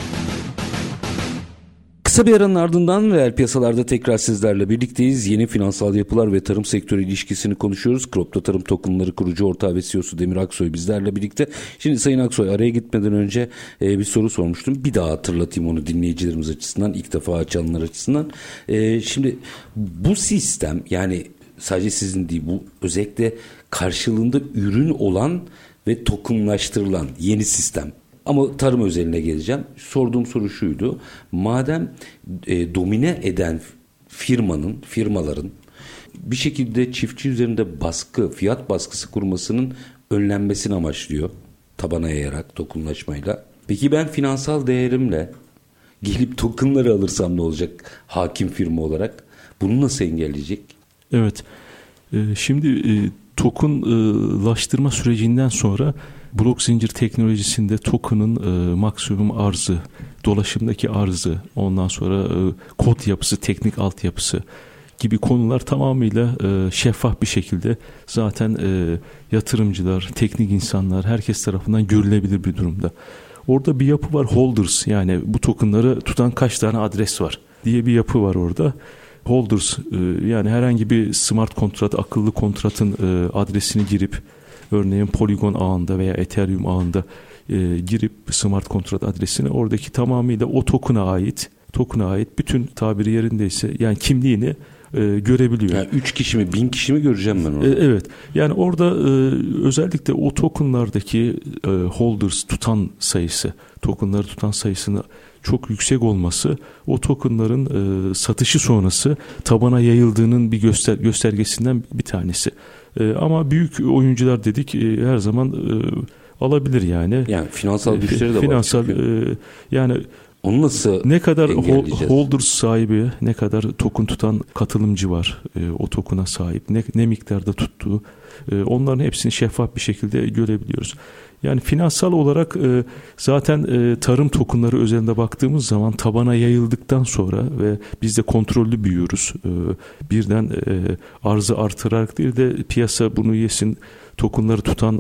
Kısa bir aranın ardından reel piyasalarda tekrar sizlerle birlikteyiz. Yeni finansal yapılar ve tarım sektörü ilişkisini konuşuyoruz. Kripto Tarım Tokenları kurucu ortağı ve CEO'su Demir Aksoy bizlerle birlikte. Şimdi Sayın Aksoy, araya gitmeden önce bir soru sormuştum. Bir daha hatırlatayım onu dinleyicilerimiz açısından, ilk defa açanlar açısından. Şimdi bu sistem, yani sadece sizin değil, bu özellikle karşılığında ürün olan ve tokenlaştırılan yeni sistem. Ama tarım özeline geleceğim. Sorduğum soru şuydu. Madem domine eden firmaların bir şekilde çiftçi üzerinde fiyat baskısı kurmasının önlenmesini amaçlıyor. Tabana yayarak, tokenlaşmayla. Peki ben finansal değerimle gelip tokenları alırsam ne olacak hakim firma olarak? Bunu nasıl engelleyecek? Evet. Şimdi tokenlaştırma sürecinden sonra blok zincir teknolojisinde token'ın maksimum arzı, dolaşımdaki arzı, ondan sonra kod yapısı, teknik altyapısı gibi konular tamamıyla şeffaf bir şekilde zaten yatırımcılar, teknik insanlar, herkes tarafından görülebilir bir durumda. Orada bir yapı var, holders, yani bu token'ları tutan kaç tane adres var diye bir yapı var orada. Holders, yani herhangi bir smart kontrat, akıllı kontratın adresini girip, örneğin Polygon ağında veya Ethereum ağında girip smart kontrat adresini, oradaki tamamıyla o token'a ait bütün, tabiri yerindeyse yani kimliğini görebiliyor. Yani 3 kişi mi 1000 kişi mi göreceğim ben orada? Evet. Yani orada özellikle o tokenlardaki holders tutan sayısı, tokenları tutan sayısını çok yüksek olması, o tokenların satışı sonrası tabana yayıldığının bir göstergesinden bir tanesi. Ama büyük oyuncular dedik her zaman alabilir yani. Yani finansal güçleri de var. Yani onu nasıl ne kadar holders sahibi, ne kadar token tutan katılımcı var o token'a sahip, ne miktarda tuttuğu, onların hepsini şeffaf bir şekilde görebiliyoruz. Yani finansal olarak zaten tarım tokenları özelinde baktığımız zaman tabana yayıldıktan sonra ve biz de kontrollü büyüyoruz. Birden arzı artırarak değil de piyasa bunu yesin, tokenları tutan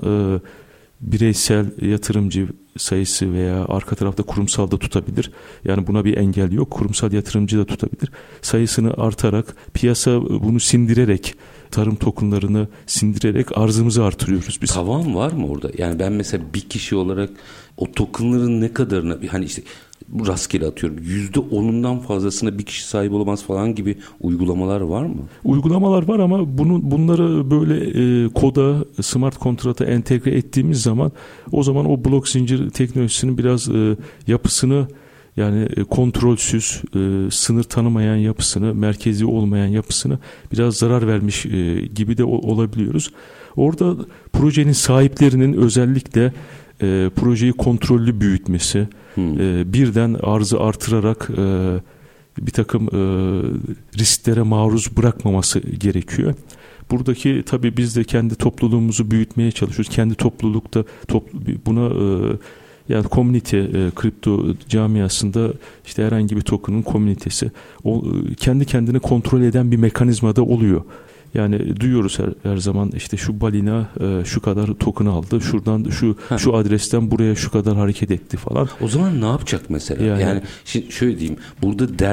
bireysel yatırımcı sayısı veya arka tarafta kurumsal da tutabilir. Yani buna bir engel yok. Kurumsal yatırımcı da tutabilir. Sayısını artarak, piyasa bunu sindirerek, tarım tokenlarını sindirerek arzımızı artırıyoruz biz. Tavan var mı orada? Yani ben mesela bir kişi olarak o tokenların ne kadarını, hani işte rastgele atıyorum, %10'undan fazlasına bir kişi sahip olamaz falan gibi uygulamalar var mı? Uygulamalar var ama bunları böyle koda, smart kontrata entegre ettiğimiz zaman, o zaman o blok zincir teknolojisinin biraz yapısını, yani kontrolsüz, sınır tanımayan yapısını, merkezi olmayan yapısını biraz zarar vermiş gibi de olabiliyoruz. Orada projenin sahiplerinin özellikle projeyi kontrollü büyütmesi, birden arzı artırarak bir takım risklere maruz bırakmaması gerekiyor. Buradaki tabii biz de kendi topluluğumuzu büyütmeye çalışıyoruz. Kendi toplulukta buna yani komünite, kripto camiasında işte herhangi bir token'ın komünitesi kendi kendine kontrol eden bir mekanizma da oluyor. Yani duyuyoruz her zaman işte şu balina şu kadar token aldı, şuradan şu adresten buraya şu kadar hareket etti falan. O zaman ne yapacak mesela? Yani şöyle diyeyim, burada dert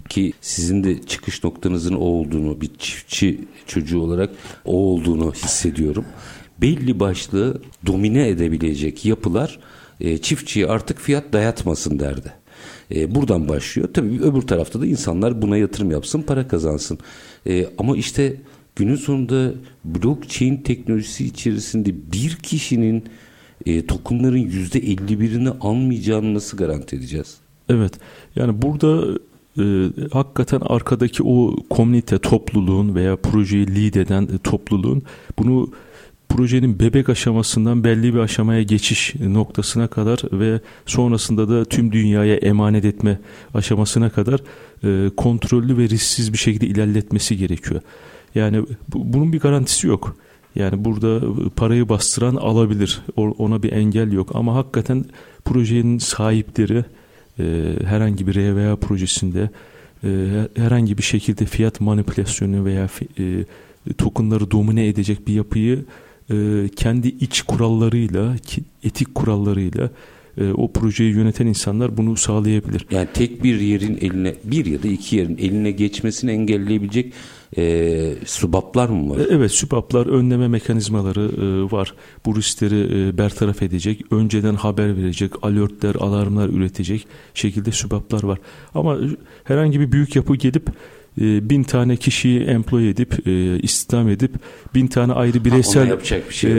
ki sizin de çıkış noktanızın o olduğunu, bir çiftçi çocuğu olarak o olduğunu hissediyorum. Belli başlı domine edebilecek yapılar çiftçiye artık fiyat dayatmasın derdi. Buradan başlıyor. Tabii öbür tarafta da insanlar buna yatırım yapsın, para kazansın. Ama işte günün sonunda blockchain teknolojisi içerisinde bir kişinin tokenların %51'ini almayacağını nasıl garanti edeceğiz? Evet. Yani burada hakikaten arkadaki o komünite, topluluğun veya projeyi lead eden topluluğun bunu projenin bebek aşamasından belli bir aşamaya geçiş noktasına kadar ve sonrasında da tüm dünyaya emanet etme aşamasına kadar kontrollü ve risksiz bir şekilde ilerletmesi gerekiyor. Yani bunun bir garantisi yok. Yani burada parayı bastıran alabilir. Ona bir engel yok. Ama hakikaten projenin sahipleri herhangi bir RVA projesinde herhangi bir şekilde fiyat manipülasyonu veya tokenları domine edecek bir yapıyı kendi iç kurallarıyla, etik kurallarıyla o projeyi yöneten insanlar bunu sağlayabilir. Yani tek bir yerin eline, bir ya da iki yerin eline geçmesini engelleyebilecek sübaplar mı var? Evet, sübaplar, önleme mekanizmaları var. Bu riskleri bertaraf edecek, önceden haber verecek, alertler, alarmlar üretecek şekilde sübaplar var. Ama herhangi bir büyük yapı gelip 1000 tane kişiyi employ edip istihdam edip 1000 tane ayrı bireysel yapacak bir şey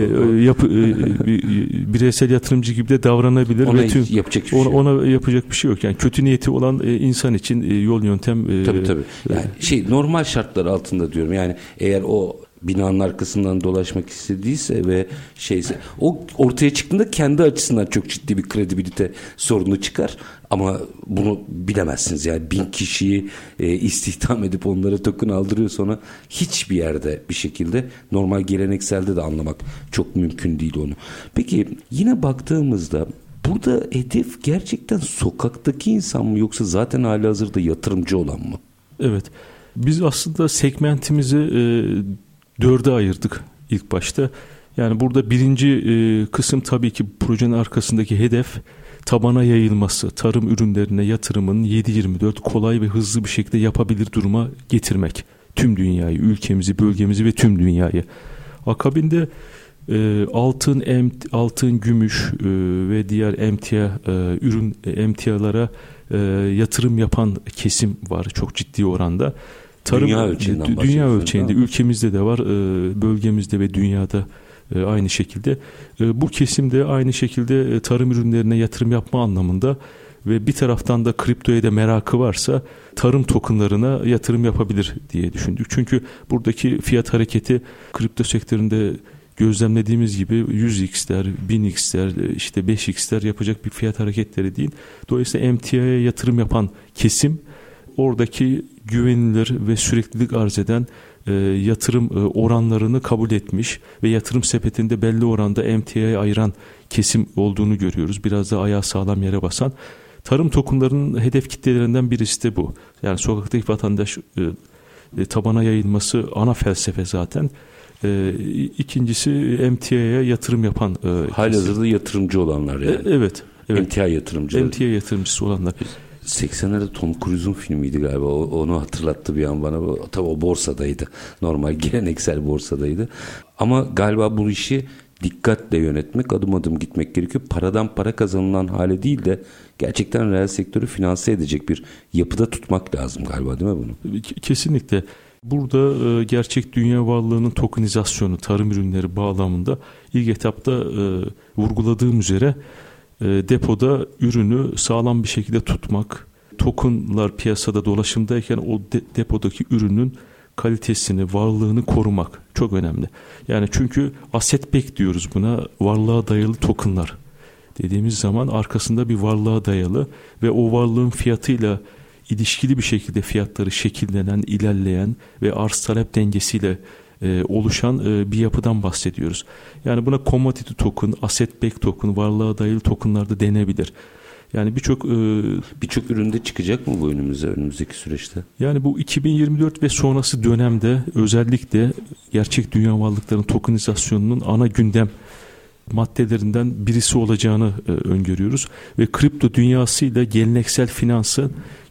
bireysel yatırımcı gibi de davranabilir ona ve ona yapacak bir şey yok. Yani kötü niyeti olan insan için yol yöntem tabii. Yani normal şartlar altında diyorum. Yani eğer o binanın arkasından dolaşmak istediyse ve o ortaya çıktığında kendi açısından çok ciddi bir kredibilite sorunu çıkar. Ama bunu bilemezsiniz. Yani 1000 kişiyi istihdam edip onlara token aldırıyor, sonra hiçbir yerde bir şekilde normal gelenekselde de anlamak çok mümkün değil onu. Peki yine baktığımızda burada hedef gerçekten sokaktaki insan mı, yoksa zaten halihazırda yatırımcı olan mı? Evet. Biz aslında segmentimizi 4'e ayırdık ilk başta. Yani burada birinci kısım tabii ki projenin arkasındaki hedef tabana yayılması, tarım ürünlerine yatırımın 7/24 kolay ve hızlı bir şekilde yapabilir duruma getirmek. Tüm dünyayı, ülkemizi, bölgemizi ve tüm dünyayı. Akabinde altın, gümüş ve diğer emtialara yatırım yapan kesim var çok ciddi oranda. Dünya ölçeğinde ülkemizde de var, bölgemizde ve dünyada aynı şekilde. Bu kesimde aynı şekilde tarım ürünlerine yatırım yapma anlamında ve bir taraftan da kriptoya da merakı varsa tarım tokenlarına yatırım yapabilir diye düşündük. Çünkü buradaki fiyat hareketi kripto sektöründe gözlemlediğimiz gibi 100x'ler, 1000x'ler, işte 5x'ler yapacak bir fiyat hareketleri değil. Dolayısıyla emtiaya yatırım yapan kesim oradaki güvenilir ve süreklilik arz eden yatırım oranlarını kabul etmiş ve yatırım sepetinde belli oranda emtiaya ayıran kesim olduğunu görüyoruz. Biraz da ayağı sağlam yere basan. Tarım tokenlarının hedef kitlelerinden birisi de bu. Yani sokaktaki vatandaş tabana yayılması ana felsefe zaten. İkincisi emtiaya yatırım yapan halihazırda yatırımcı olanlar yani. Evet. Emtia yatırımcıları. Emtia yatırımcısı olanlar. 80'lerde Tom Cruise'un filmiydi galiba. Onu hatırlattı bir an bana. Tabii o borsadaydı. Normal geleneksel borsadaydı. Ama galiba bu işi dikkatle yönetmek, adım adım gitmek gerekiyor. Paradan para kazanılan hale değil de gerçekten reel sektörü finanse edecek bir yapıda tutmak lazım galiba, değil mi bunu? Kesinlikle. Burada gerçek dünya varlığının tokenizasyonu, tarım ürünleri bağlamında ilk etapta vurguladığım üzere depoda ürünü sağlam bir şekilde tutmak, tokenlar piyasada dolaşımdayken o depodaki ürünün kalitesini, varlığını korumak çok önemli. Yani çünkü asset back diyoruz buna, varlığa dayalı tokenlar dediğimiz zaman arkasında bir varlığa dayalı ve o varlığın fiyatıyla ilişkili bir şekilde fiyatları şekillenen, ilerleyen ve arz talep dengesiyle oluşan bir yapıdan bahsediyoruz. Yani buna commodity token, asset back token, varlığa dayalı tokenlar da denebilir. Yani birçok üründe çıkacak mı bu önümüzdeki süreçte? Yani bu 2024 ve sonrası dönemde özellikle gerçek dünya varlıklarının tokenizasyonunun ana gündem maddelerinden birisi olacağını öngörüyoruz ve kripto dünyasıyla geleneksel finansın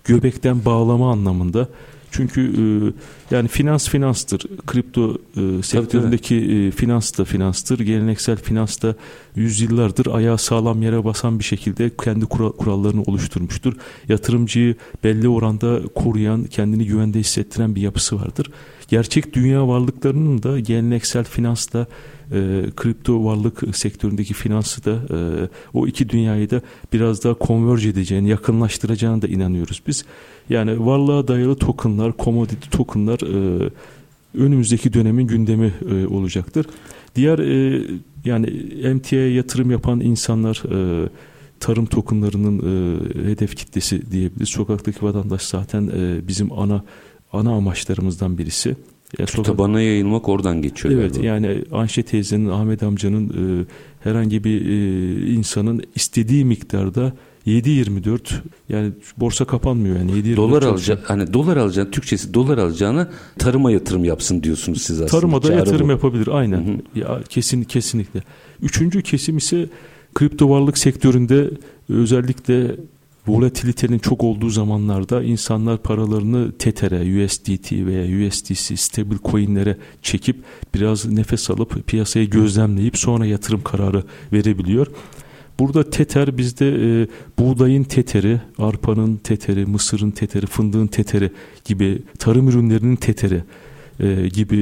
göbekten bağlama anlamında. Çünkü yani finans finanstır. Kripto sektöründeki finans da finanstır. Geleneksel finans da yüzyıllardır ayağı sağlam yere basan bir şekilde kendi kurallarını oluşturmuştur. Yatırımcıyı belli oranda koruyan, kendini güvende hissettiren bir yapısı vardır. Gerçek dünya varlıklarının da geleneksel finansla kripto varlık sektöründeki finansı da o iki dünyayı da biraz daha converge edeceğini, yakınlaştıracağına da inanıyoruz biz. Yani varlığa dayalı tokenlar, commodity tokenlar önümüzdeki dönemin gündemi olacaktır. Diğer yani emtiaya yatırım yapan insanlar tarım tokenlarının hedef kitlesi diyebiliriz. Sokaktaki vatandaş zaten bizim ana amaçlarımızdan birisi. Tabana yayılmak oradan geçiyor. Evet galiba. Yani Ayşe teyzenin, Ahmet amcanın herhangi bir insanın istediği miktarda 7-24 yani borsa kapanmıyor yani 7-24 dolar alacak, hani dolar alacağını, Türkçesi dolar alacağına tarıma yatırım yapsın diyorsunuz siz aslında. Tarıma da yatırım yapabilir aynen. Hı hı. Ya kesinlikle. Üçüncü kesim ise kripto varlık sektöründe özellikle volatilitenin çok olduğu zamanlarda insanlar paralarını Tether'e, USDT veya USDC stabil coin'lere çekip biraz nefes alıp piyasayı gözlemleyip sonra yatırım kararı verebiliyor. Burada Tether bizde buğdayın Tether'i, arpanın Tether'i, mısırın Tether'i, fındığın Tether'i gibi tarım ürünlerinin Tether'i gibi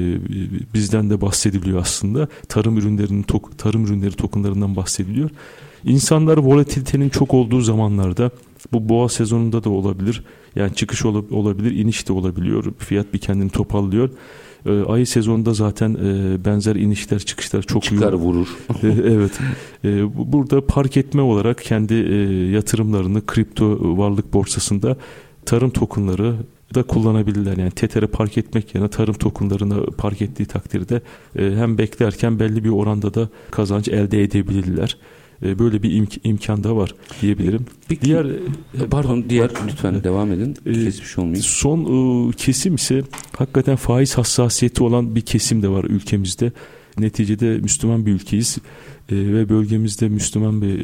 bizden de bahsediliyor aslında. Tarım ürünleri tokenlarından bahsediliyor. İnsanlar volatilitenin çok olduğu zamanlarda bu boğa sezonunda da olabilir. Yani çıkış olabilir, iniş de olabiliyor. Fiyat bir kendini toparlıyor. Ayı sezonunda zaten benzer inişler çıkışlar çok çıkar vurur. Evet. Burada park etme olarak kendi yatırımlarını kripto varlık borsasında tarım tokenları da kullanabilirler. Yani Tether'e park etmek yerine tarım tokenlarına park ettiği takdirde hem beklerken belli bir oranda da kazanç elde edebilirler. Böyle bir imkan da var diyebilirim. Peki, diğer lütfen devam edin. Kesmiş olmayayım. Son kesim ise hakikaten faiz hassasiyeti olan bir kesim de var ülkemizde. Neticede Müslüman bir ülkeyiz ve bölgemizde Müslüman bir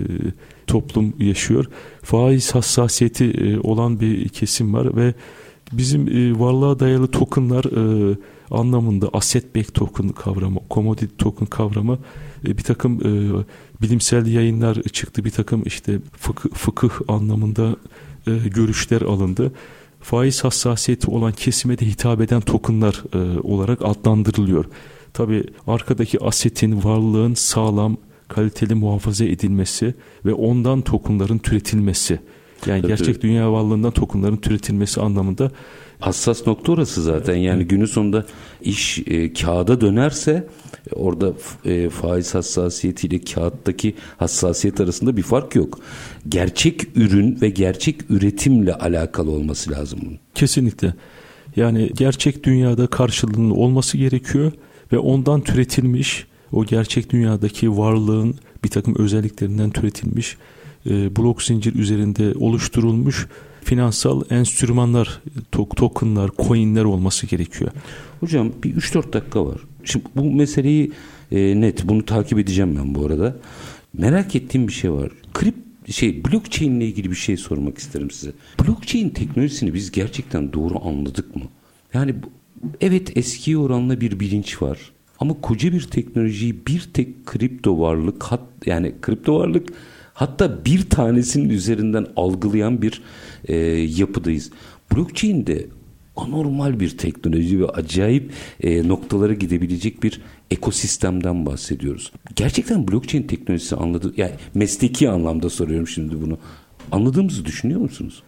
toplum yaşıyor. Faiz hassasiyeti olan bir kesim var ve bizim varlığa dayalı tokenlar anlamında asset backed token kavramı, commodity token kavramı bir takım bilimsel yayınlar çıktı. Bir takım işte fıkıh anlamında görüşler alındı. Faiz hassasiyeti olan kesime de hitap eden tokenlar olarak adlandırılıyor. Tabii arkadaki asetin, varlığın sağlam, kaliteli muhafaza edilmesi ve ondan tokenların türetilmesi. Yani gerçek dünya varlığından tokenların türetilmesi anlamında. Hassas nokta orası zaten. Yani günün sonunda iş kağıda dönerse orada faiz hassasiyetiyle kağıttaki hassasiyet arasında bir fark yok. Gerçek ürün ve gerçek üretimle alakalı olması lazım. Kesinlikle. Yani gerçek dünyada karşılığının olması gerekiyor ve ondan türetilmiş o gerçek dünyadaki varlığın bir takım özelliklerinden türetilmiş blok zincir üzerinde oluşturulmuş finansal enstrümanlar, tokenlar, coinler olması gerekiyor. Hocam bir 3-4 dakika var. Şimdi bu meseleyi bunu takip edeceğim ben bu arada. Merak ettiğim bir şey var. Blockchain ile ilgili bir şey sormak isterim size. Blockchain teknolojisini biz gerçekten doğru anladık mı? Yani evet, eskiye oranla bir bilinç var. Ama koca bir teknolojiyi bir tek kripto varlık, yani kripto varlık hatta bir tanesinin üzerinden algılayan bir yapıdayız. Blockchain'de anormal bir teknoloji ve acayip noktalara gidebilecek bir ekosistemden bahsediyoruz. Gerçekten blockchain teknolojisi yani mesleki anlamda soruyorum şimdi bunu. Anladığımızı düşünüyor musunuz?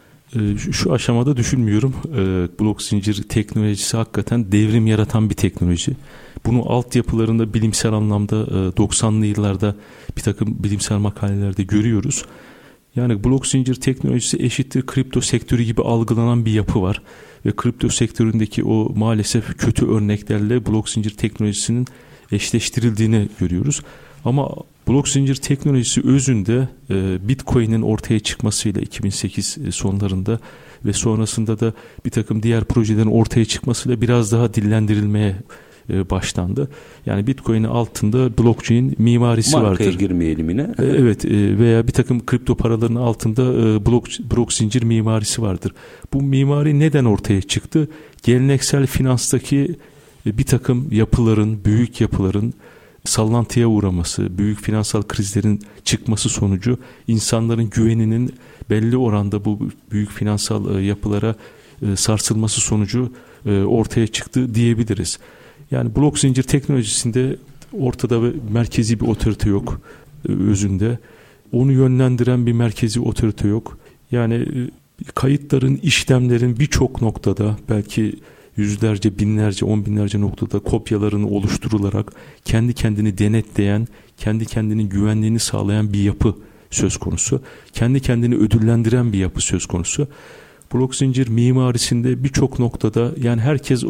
Şu aşamada düşünmüyorum. Blok zincir teknolojisi hakikaten devrim yaratan bir teknoloji. Bunu altyapılarında bilimsel anlamda 90'lı yıllarda bir takım bilimsel makalelerde görüyoruz. Yani blok zincir teknolojisi eşittir kripto sektörü gibi algılanan bir yapı var. Ve kripto sektöründeki o maalesef kötü örneklerle blok zincir teknolojisinin eşleştirildiğini görüyoruz. Ama blok zincir teknolojisi özünde Bitcoin'in ortaya çıkmasıyla 2008 sonlarında ve sonrasında da bir takım diğer projelerin ortaya çıkmasıyla biraz daha dillendirilmeye, başlandı. Yani Bitcoin'in altında blockchain mimarisi vardır. Markaya girmeyelim yine. Evet, veya bir takım kripto paraların altında blok zincir mimarisi vardır. Bu mimari neden ortaya çıktı? Geleneksel finanstaki bir takım yapıların, büyük yapıların sallantıya uğraması, büyük finansal krizlerin çıkması sonucu insanların güveninin belli oranda bu büyük finansal yapılara sarsılması sonucu ortaya çıktı diyebiliriz. Yani blok zincir teknolojisinde ortada merkezi bir otorite yok özünde. Onu yönlendiren bir merkezi otorite yok. Yani kayıtların, işlemlerin birçok noktada, belki yüzlerce, binlerce, on binlerce noktada kopyalarını oluşturularak kendi kendini denetleyen, kendi kendinin güvenliğini sağlayan bir yapı söz konusu. Kendi kendini ödüllendiren bir yapı söz konusu. Blok zincir mimarisinde birçok noktada, yani herkes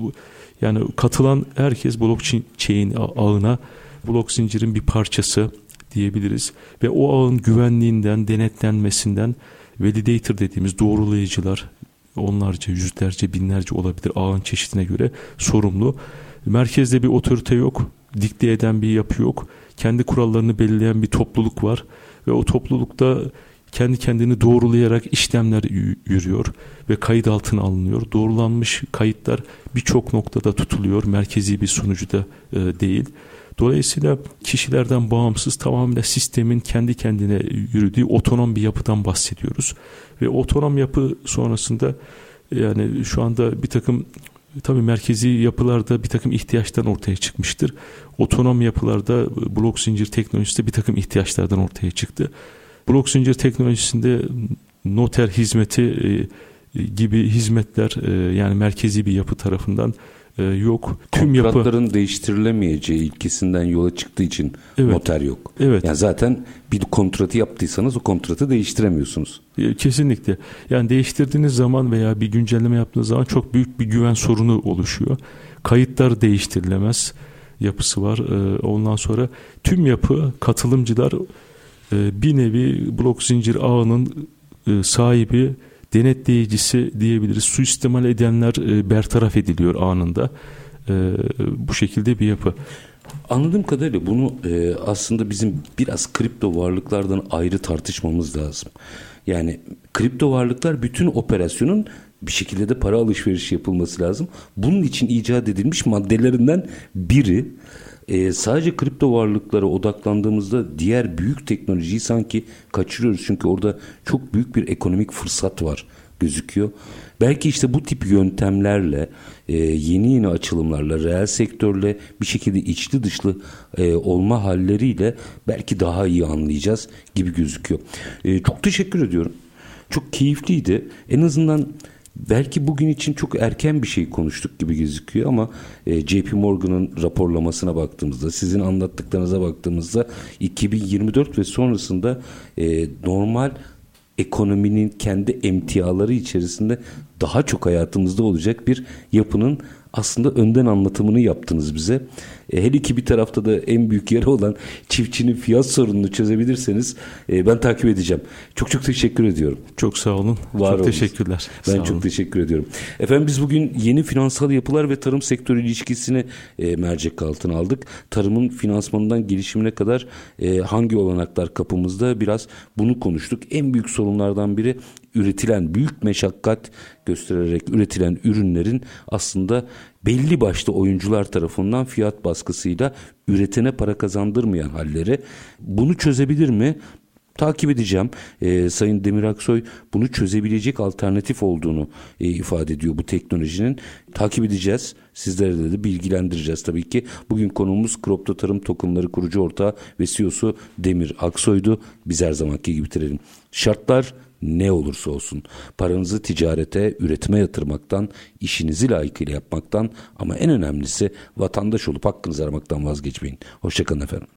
yani katılan herkes blockchain ağına blok zincirin bir parçası diyebiliriz. Ve o ağın güvenliğinden, denetlenmesinden validator dediğimiz doğrulayıcılar, onlarca, yüzlerce, binlerce olabilir ağın çeşidine göre sorumlu. Merkezde bir otorite yok, dikte eden bir yapı yok. Kendi kurallarını belirleyen bir topluluk var ve o toplulukta kendi kendini doğrulayarak işlemler yürüyor ve kayıt altına alınıyor. Doğrulanmış kayıtlar birçok noktada tutuluyor, merkezi bir sunucu da değil. Dolayısıyla kişilerden bağımsız, tamamen sistemin kendi kendine yürüdüğü otonom bir yapıdan bahsediyoruz. Ve otonom yapı sonrasında, yani şu anda bir takım, tabii merkezi yapılarda bir takım ihtiyaçtan ortaya çıkmıştır. Otonom yapılarda blok zincir teknolojisi de bir takım ihtiyaçlardan ortaya çıktı. Blok zincir teknolojisinde noter hizmeti gibi hizmetler, yani merkezi bir yapı tarafından yok. Tüm kontratların değiştirilemeyeceği ilkesinden yola çıktığı için noter yok. Evet. Yani zaten bir kontratı yaptıysanız o kontratı değiştiremiyorsunuz. Kesinlikle. Yani değiştirdiğiniz zaman veya bir güncelleme yaptığınız zaman çok büyük bir güven sorunu oluşuyor. Kayıtlar değiştirilemez yapısı var. Ondan sonra tüm yapı, katılımcılar bir nevi blok zincir ağının sahibi, denetleyicisi diyebiliriz. Suistimal edenler bertaraf ediliyor anında. Bu şekilde bir yapı. Anladığım kadarıyla bunu aslında bizim biraz kripto varlıklardan ayrı tartışmamız lazım. Yani kripto varlıklar bütün operasyonun bir şekilde de para alışverişi yapılması lazım. Bunun için icat edilmiş maddelerinden biri. Sadece kripto varlıklara odaklandığımızda diğer büyük teknolojiyi sanki kaçırıyoruz. Çünkü orada çok büyük bir ekonomik fırsat var gözüküyor. Belki işte bu tip yöntemlerle, yeni açılımlarla, reel sektörle bir şekilde içli dışlı olma halleriyle belki daha iyi anlayacağız gibi gözüküyor. Çok teşekkür ediyorum. Çok keyifliydi. En azından belki bugün için çok erken bir şey konuştuk gibi gözüküyor ama JP Morgan'ın raporlamasına baktığımızda, sizin anlattıklarınıza baktığımızda 2024 ve sonrasında normal ekonominin kendi emtiaları içerisinde daha çok hayatımızda olacak bir yapının aslında önden anlatımını yaptınız bize. Hele ki bir tarafta da en büyük yeri olan çiftçinin fiyat sorununu çözebilirseniz ben takip edeceğim. Çok çok teşekkür ediyorum. Çok sağ olun. Çok teşekkürler. Ben çok teşekkür ediyorum. Efendim, biz bugün yeni finansal yapılar ve tarım sektörü ilişkisini mercek altına aldık. Tarımın finansmanından gelişimine kadar hangi olanaklar kapımızda, biraz bunu konuştuk. En büyük sorunlardan biri üretilen, büyük meşakkat göstererek üretilen ürünlerin aslında belli başlı oyuncular tarafından fiyat baskısıyla üretene para kazandırmayan halleri. Bunu çözebilir mi? Takip edeceğim. Sayın Demir Aksoy bunu çözebilecek alternatif olduğunu ifade ediyor bu teknolojinin. Takip edeceğiz. Sizlere de bilgilendireceğiz tabii ki. Bugün konuğumuz Cropto Tarım Tokenları kurucu ortağı ve CEO'su Demir Aksoy'du. Biz her zamanki gibi bitirelim. Şartlar ne olursa olsun paranızı ticarete, üretime yatırmaktan, işinizi layıkıyla yapmaktan ama en önemlisi vatandaş olup hakkınızı aramaktan vazgeçmeyin. Hoşça kalın efendim.